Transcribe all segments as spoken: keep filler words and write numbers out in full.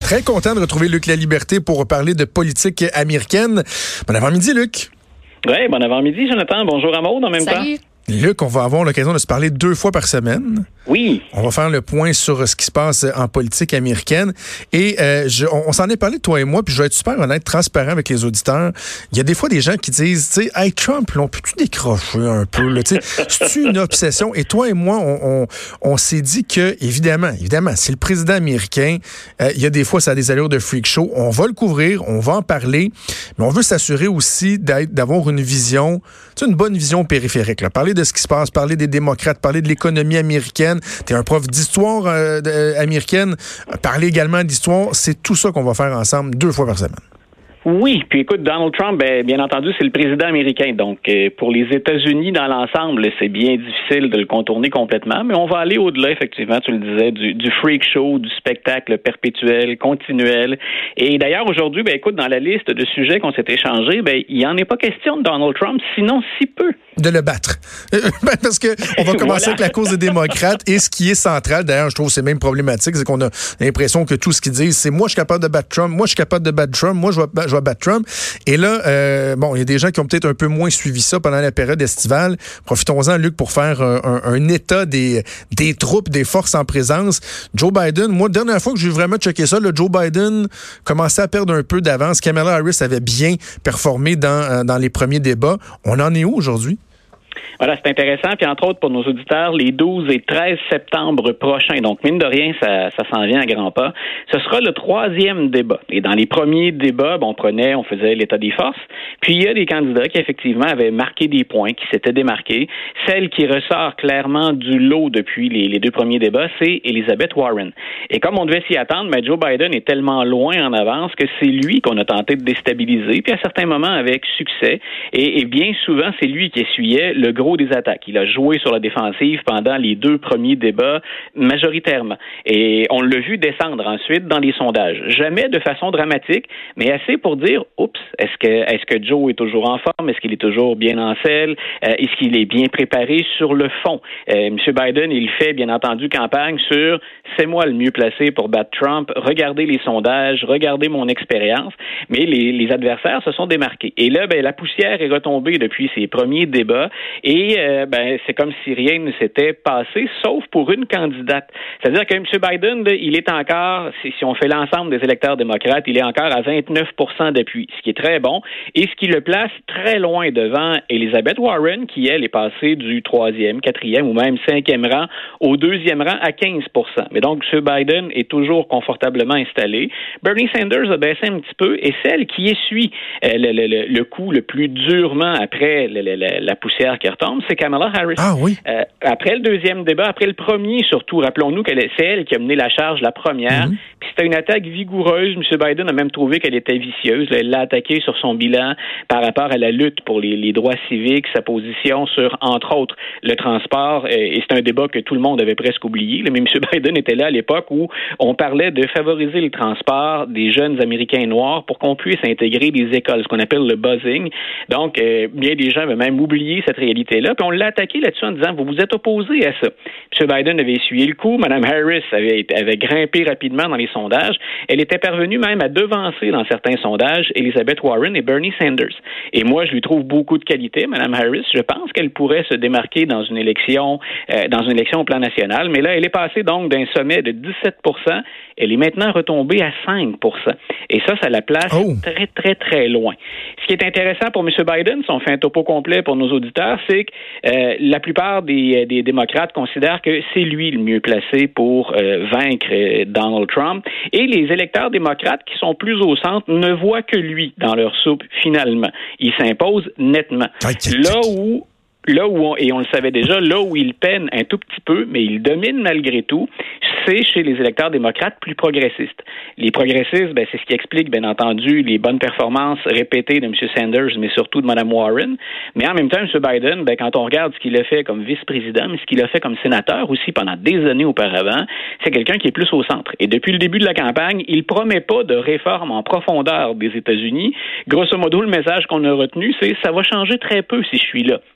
Très content de retrouver Luc Laliberté pour parler de politique américaine. Bon avant-midi, Luc. Oui, bon avant-midi, Jonathan. Bonjour à Maud en même Salut. temps. Luc, on va avoir l'occasion de se parler deux fois par semaine. Oui. On va faire le point sur ce qui se passe en politique américaine. Et euh, je, on, on s'en est parlé, toi et moi, puis je vais être super honnête, transparent avec les auditeurs. Il y a des fois des gens qui disent, tu sais, hey, Trump, là, on peut-tu décrocher un peu? Là, c'est une obsession. Et toi et moi, on, on, on s'est dit que, évidemment, évidemment, c'est le président américain. Euh, il y a des fois, ça a des allures de freak show. On va le couvrir, on va en parler, mais on veut s'assurer aussi d'être, d'avoir une vision, tu sais, une bonne vision périphérique. Là. Parler de ce qui se passe, parler des démocrates, parler de l'économie américaine. T'es un prof d'histoire euh, de, euh, américaine. Parler également d'histoire. C'est tout ça qu'on va faire ensemble deux fois par semaine. Oui, puis écoute, Donald Trump, ben, bien entendu, c'est le président américain. Donc, euh, pour les États-Unis dans l'ensemble, c'est bien difficile de le contourner complètement, mais on va aller au-delà, effectivement, tu le disais, du, du freak show, du spectacle perpétuel, continuel. Et d'ailleurs, aujourd'hui, ben, écoute, dans la liste de sujets qu'on s'est échangés, ben, il n'y en est pas question de Donald Trump, sinon si peu. De le battre. Parce que on va commencer voilà. avec la cause des démocrates et ce qui est central, d'ailleurs, je trouve que c'est même problématique, c'est qu'on a l'impression que tout ce qu'ils disent, c'est moi, je suis capable de battre Trump, moi, je suis capable de battre Trump, moi, je vais, je vais battre Trump. Et là, euh, bon, il y a des gens qui ont peut-être un peu moins suivi ça pendant la période estivale. Profitons-en, Luc, pour faire un, un, un état des, des troupes, des forces en présence. Joe Biden, moi, dernière fois que j'ai vraiment checké ça, le Joe Biden commençait à perdre un peu d'avance. Kamala Harris avait bien performé dans, dans les premiers débats. On en est où aujourd'hui? Voilà, c'est intéressant. Puis, entre autres, pour nos auditeurs, les douze et treize septembre prochains, donc mine de rien, ça, ça s'en vient à grands pas, ce sera le troisième débat. Et dans les premiers débats, bon, on prenait, on faisait l'état des forces. Puis, il y a des candidats qui, effectivement, avaient marqué des points, qui s'étaient démarqués. Celle qui ressort clairement du lot depuis les, les deux premiers débats, c'est Elizabeth Warren. Et comme on devait s'y attendre, mais Joe Biden est tellement loin en avance que c'est lui qu'on a tenté de déstabiliser, puis à certains moments avec succès. Et, et bien souvent, c'est lui qui essuyait le gros des attaques. Il a joué sur la défensive pendant les deux premiers débats majoritairement. Et on l'a vu descendre ensuite dans les sondages. Jamais de façon dramatique, mais assez pour dire, oups, est-ce que, est-ce que Joe est toujours en forme? Est-ce qu'il est toujours bien en selle? Euh, est-ce qu'il est bien préparé sur le fond? Euh, M. Biden, il fait bien entendu campagne sur c'est moi le mieux placé pour battre Trump. Regardez les sondages, regardez mon expérience. Mais les, les adversaires se sont démarqués. Et là, ben, la poussière est retombée depuis ces premiers débats. Et Et euh, ben, c'est comme si rien ne s'était passé, sauf pour une candidate. C'est-à-dire que M. Biden, là, il est encore, si, si on fait l'ensemble des électeurs démocrates, il est encore à vingt-neuf pour cent d'appui, ce qui est très bon, et ce qui le place très loin devant Elizabeth Warren, qui, elle, est passée du troisième, quatrième ou même cinquième rang au deuxième rang à quinze pour cent. Mais donc, M. Biden est toujours confortablement installé. Bernie Sanders a baissé un petit peu, et celle qui essuie euh, le, le, le coup le plus durement après le, le, la, la poussière qui retombe, c'est Kamala Harris. Ah oui. Euh, après le deuxième débat, après le premier surtout, rappelons-nous que c'est elle qui a mené la charge la première. Mm-hmm. Puis c'était une attaque vigoureuse. M. Biden a même trouvé qu'elle était vicieuse. Elle l'a attaquée sur son bilan par rapport à la lutte pour les, les droits civiques, sa position sur, entre autres, le transport. Et c'est un débat que tout le monde avait presque oublié. Mais M. Biden était là à l'époque où on parlait de favoriser le transport des jeunes Américains noirs pour qu'on puisse intégrer des écoles, ce qu'on appelle le buzzing. Donc, euh, bien des gens avaient même oublié cette réalité-là. Puis on l'a attaqué là-dessus en disant, vous vous êtes opposé à ça. M. Biden avait essuyé le coup. Mme Harris avait, avait grimpé rapidement dans les sondages. Elle était parvenue même à devancer dans certains sondages Elizabeth Warren et Bernie Sanders. Et moi, je lui trouve beaucoup de qualité, Mme Harris. Je pense qu'elle pourrait se démarquer dans une élection, euh, dans une élection au plan national. Mais là, elle est passée donc d'un sommet de dix-sept pour cent. Elle est maintenant retombée à cinq pour cent. Et ça, ça la place oh. très, très, très loin. Ce qui est intéressant pour M. Biden, si on fait un topo complet pour nos auditeurs, c'est que Euh, la plupart des, des démocrates considèrent que c'est lui le mieux placé pour euh, vaincre euh, Donald Trump. Et les électeurs démocrates qui sont plus au centre ne voient que lui dans leur soupe finalement. Il s'impose nettement. Là où Là où, on, et on le savait déjà, là où il peine un tout petit peu, mais il domine malgré tout, c'est chez les électeurs démocrates plus progressistes. Les progressistes, ben, c'est ce qui explique, bien entendu, les bonnes performances répétées de M. Sanders, mais surtout de Mme Warren. Mais en même temps, M. Biden, ben, quand on regarde ce qu'il a fait comme vice-président, mais ce qu'il a fait comme sénateur aussi pendant des années auparavant, c'est quelqu'un qui est plus au centre. Et depuis le début de la campagne, il promet pas de réforme en profondeur des États-Unis. Grosso modo, le message qu'on a retenu, c'est « ça va changer très peu si je suis là ».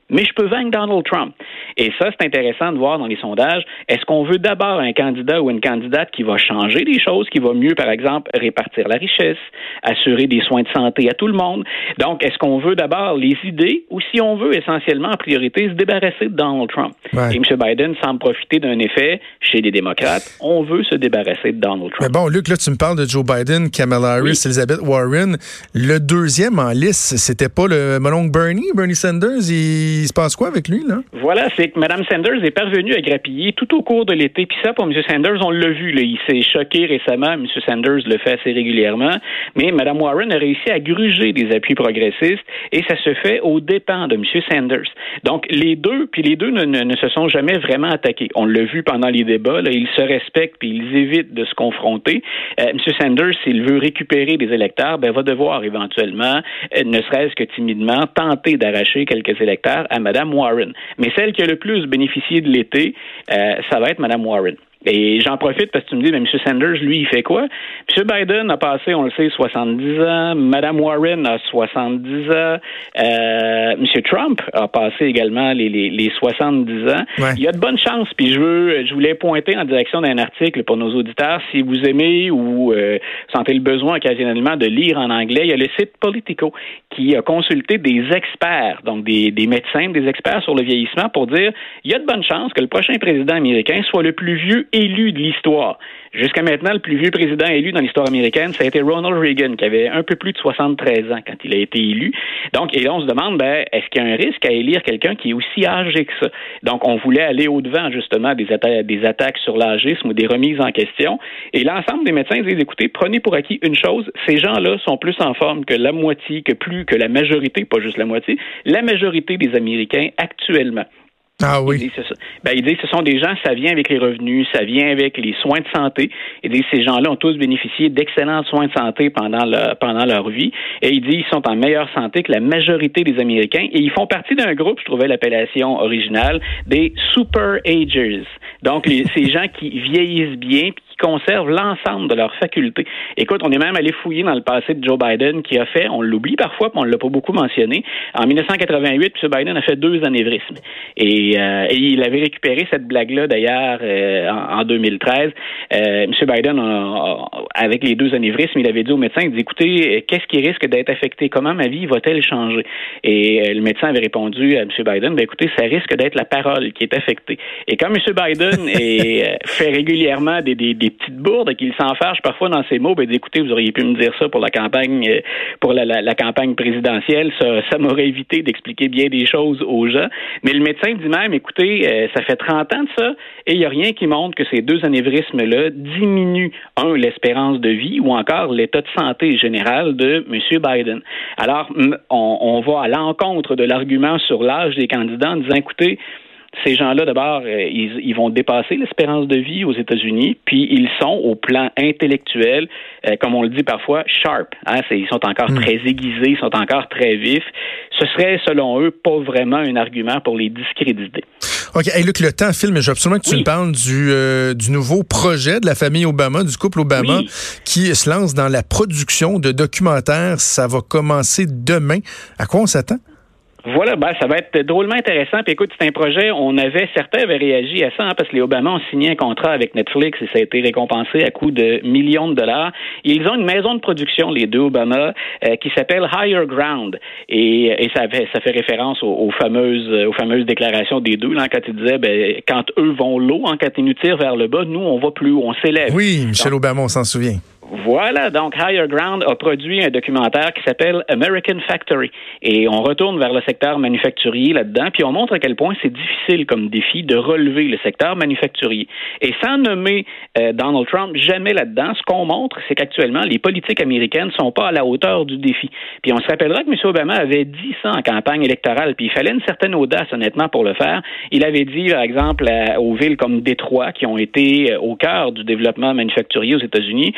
mais je peux vaincre Donald Trump. Et ça, c'est intéressant de voir dans les sondages. Est-ce qu'on veut d'abord un candidat ou une candidate qui va changer les choses, qui va mieux, par exemple, répartir la richesse, assurer des soins de santé à tout le monde? Donc, est-ce qu'on veut d'abord les idées ou si on veut essentiellement, en priorité, se débarrasser de Donald Trump? Ouais. Et M. Biden semble profiter d'un effet chez les démocrates. On veut se débarrasser de Donald Trump. Mais bon, Luc, là, tu me parles de Joe Biden, Kamala Harris, oui. Elizabeth Warren. Le deuxième en liste, c'était pas le mon oncle Bernie, Bernie Sanders. Il, il se passe quoi avec lui, là? Voilà, c'est que Mme Sanders est parvenue à grappiller tout au cours de l'été. Puis ça, pour M. Sanders, on l'a vu, là, il s'est choqué récemment. M. Sanders le fait assez régulièrement. Mais Mme Warren a réussi à gruger des appuis progressistes et ça se fait aux dépens de M. Sanders. Donc, les deux, puis les deux ne, ne, ne se sont jamais vraiment attaqués. On l'a vu pendant les débats, là, ils se respectent puis ils évitent de se confronter. Euh, M. Sanders, s'il veut récupérer des électeurs, ben, va devoir éventuellement, euh, ne serait-ce que timidement, tenter d'arracher quelques électeurs à Mme Warren. Mais celle qui a le plus bénéficié de l'été, euh, ça va être Mme Warren. Et j'en profite parce que tu me dis, mais M. Sanders, lui, il fait quoi? M. Biden a passé, on le sait, soixante-dix ans. Mme Warren a soixante-dix ans. Euh, M. Trump a passé également les, les, les soixante-dix ans. Ouais. Il y a de bonnes chances. Puis je veux, je voulais pointer en direction d'un article pour nos auditeurs. Si vous aimez ou euh, sentez le besoin occasionnellement de lire en anglais, il y a le site Politico qui a consulté des experts, donc des, des médecins, des experts sur le vieillissement pour dire, il y a de bonnes chances que le prochain président américain soit le plus vieux élu de l'histoire. Jusqu'à maintenant, le plus vieux président élu dans l'histoire américaine, ça a été Ronald Reagan, qui avait un peu plus de soixante-treize ans quand il a été élu. Donc, et là, on se demande, ben, est-ce qu'il y a un risque à élire quelqu'un qui est aussi âgé que ça? Donc, on voulait aller au-devant, justement, des, atta- des attaques sur l'âgisme ou des remises en question. Et l'ensemble des médecins disent, écoutez, prenez pour acquis une chose, ces gens-là sont plus en forme que la moitié, que plus que la majorité, pas juste la moitié, la majorité des Américains actuellement. Ah oui. Ils disent, ben, ils disent ce sont des gens, ça vient avec les revenus, ça vient avec les soins de santé. Ils disent ces gens-là ont tous bénéficié d'excellents soins de santé pendant, le, pendant leur vie. Et ils disent qu'ils sont en meilleure santé que la majorité des Américains. Et ils font partie d'un groupe, je trouvais l'appellation originale, des super agers. Donc, les, ces gens qui vieillissent bien puis qui conservent l'ensemble de leurs facultés. Écoute, on est même allé fouiller dans le passé de Joe Biden qui a fait, on l'oublie parfois, puis on ne l'a pas beaucoup mentionné, en dix-neuf cent quatre-vingt-huit, M. Biden a fait deux anévrismes. Et, euh, et il avait récupéré cette blague-là, d'ailleurs, euh, en, en deux mille treize. Euh, M. Biden, a, a, avec les deux anévrismes, il avait dit au médecin, il dit, écoutez, qu'est-ce qui risque d'être affecté? Comment ma vie va-t-elle changer? Et euh, le médecin avait répondu à M. Biden, ben, écoutez, ça risque d'être la parole qui est affectée. Et comme M. Biden est, euh, fait régulièrement des, des, des petites bourdes et qu'il s'enfarge parfois dans ses mots, ben, écoutez, vous auriez pu me dire ça pour la campagne, euh, pour la, la, la campagne présidentielle, ça, ça m'aurait évité d'expliquer bien des choses aux gens. Mais le médecin dit même, écoutez, euh, ça fait trente ans de ça et il n'y a rien qui montre que ces deux anévrismes-là diminuent, un, l'espérance de vie ou encore l'état de santé général de M. Biden. Alors, on, on va à l'encontre de l'argument sur l'âge des candidats en disant, écoutez, ces gens-là, d'abord, euh, ils, ils vont dépasser l'espérance de vie aux États-Unis, puis ils sont, au plan intellectuel, euh, comme on le dit parfois, sharp. Hein, c'est, ils sont encore mmh. très aiguisés, ils sont encore très vifs. Ce serait, selon eux, pas vraiment un argument pour les discréditer. OK. Hey, Luc, le temps file, mais je veux absolument que tu oui. me parles du, euh, du nouveau projet de la famille Obama, du couple Obama, oui. qui se lance dans la production de documentaires. Ça va commencer demain. À quoi on s'attend? Voilà, ben ça va être drôlement intéressant. Puis écoute, c'est un projet, on avait, certains avaient réagi à ça, hein, parce que les Obama ont signé un contrat avec Netflix et ça a été récompensé à coût de millions de dollars. Et ils ont une maison de production, les deux Obama, euh, qui s'appelle Higher Ground. Et, et ça, fait, ça fait référence aux, aux fameuses aux fameuses déclarations des deux, là, quand ils disaient, ben, quand eux vont l'eau, hein, quand ils nous tirent vers le bas, nous, on va plus haut, on s'élève. Oui, Michelle donc, Obama, on s'en souvient. Voilà, donc Higher Ground a produit un documentaire qui s'appelle American Factory. Et on retourne vers le secteur manufacturier là-dedans, puis on montre à quel point c'est difficile comme défi de relever le secteur manufacturier. Et sans nommer euh, Donald Trump jamais là-dedans, ce qu'on montre, c'est qu'actuellement, les politiques américaines ne sont pas à la hauteur du défi. Puis on se rappellera que M. Obama avait dit ça en campagne électorale, puis il fallait une certaine audace, honnêtement, pour le faire. Il avait dit, par exemple, à, aux villes comme Détroit, qui ont été euh, au cœur du développement manufacturier aux États-Unis, ils ont dit,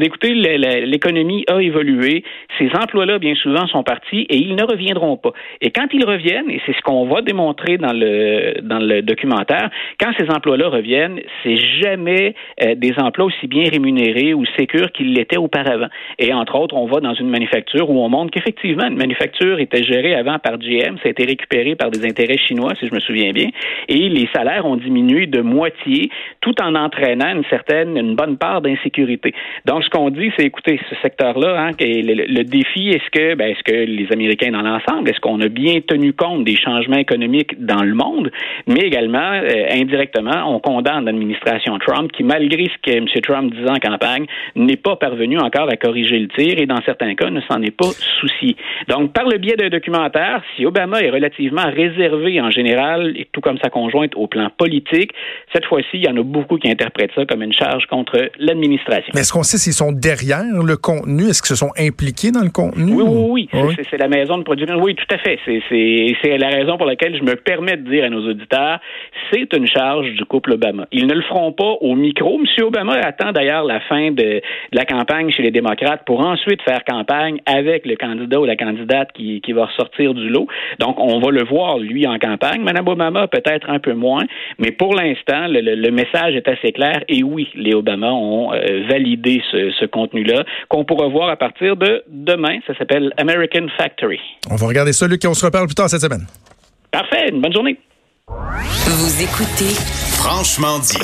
écoutez, l'économie a évolué, ces emplois-là, bien souvent, sont partis et ils ne reviendront pas. Et quand ils reviennent, et c'est ce qu'on va démontrer dans le dans le documentaire, quand ces emplois-là reviennent, c'est jamais euh, des emplois aussi bien rémunérés ou sécures qu'ils l'étaient auparavant. Et entre autres, on va dans une manufacture où on montre qu'effectivement, une manufacture était gérée avant par G M, ça a été récupéré par des intérêts chinois, si je me souviens bien, et les salaires ont diminué de moitié, tout en entraînant une certaine, une bonne part d'insécurité. Donc, ce qu'on dit, c'est, écoutez, ce secteur-là, hein, le, le défi, est-ce que, ben, est-ce que les Américains dans l'ensemble, est-ce qu'on a bien tenu compte des changements économiques dans le monde, mais également, euh, indirectement, on condamne l'administration Trump qui, malgré ce que M. Trump disait en campagne, n'est pas parvenu encore à corriger le tir et, dans certains cas, ne s'en est pas soucié. Donc, par le biais d'un documentaire, si Obama est relativement réservé en général, et tout comme sa conjointe, au plan politique, cette fois-ci, il y en a beaucoup qui interprètent ça comme une charge contre l'administration. Mais est-ce qu'on sait s'ils sont derrière le contenu? Est-ce qu'ils se sont impliqués dans le contenu? Oui, oui, oui. oui. C'est, c'est la maison de production. Oui, tout à fait. C'est, c'est, c'est la raison pour laquelle je me permets de dire à nos auditeurs, c'est une charge du couple Obama. Ils ne le feront pas au micro. M. Obama attend d'ailleurs la fin de, de la campagne chez les démocrates pour ensuite faire campagne avec le candidat ou la candidate qui, qui va ressortir du lot. Donc, on va le voir, lui, en campagne. Mme Obama, peut-être un peu moins, mais pour l'instant, le, le, le message est assez clair. Et oui, les Obama ont euh, validé ce, ce contenu-là, qu'on pourra voir à partir de demain. Ça s'appelle American Factory. On va regarder ça, Luc, et on se reparle plus tard cette semaine. Parfait. Une bonne journée. Vous écoutez Franchement dit.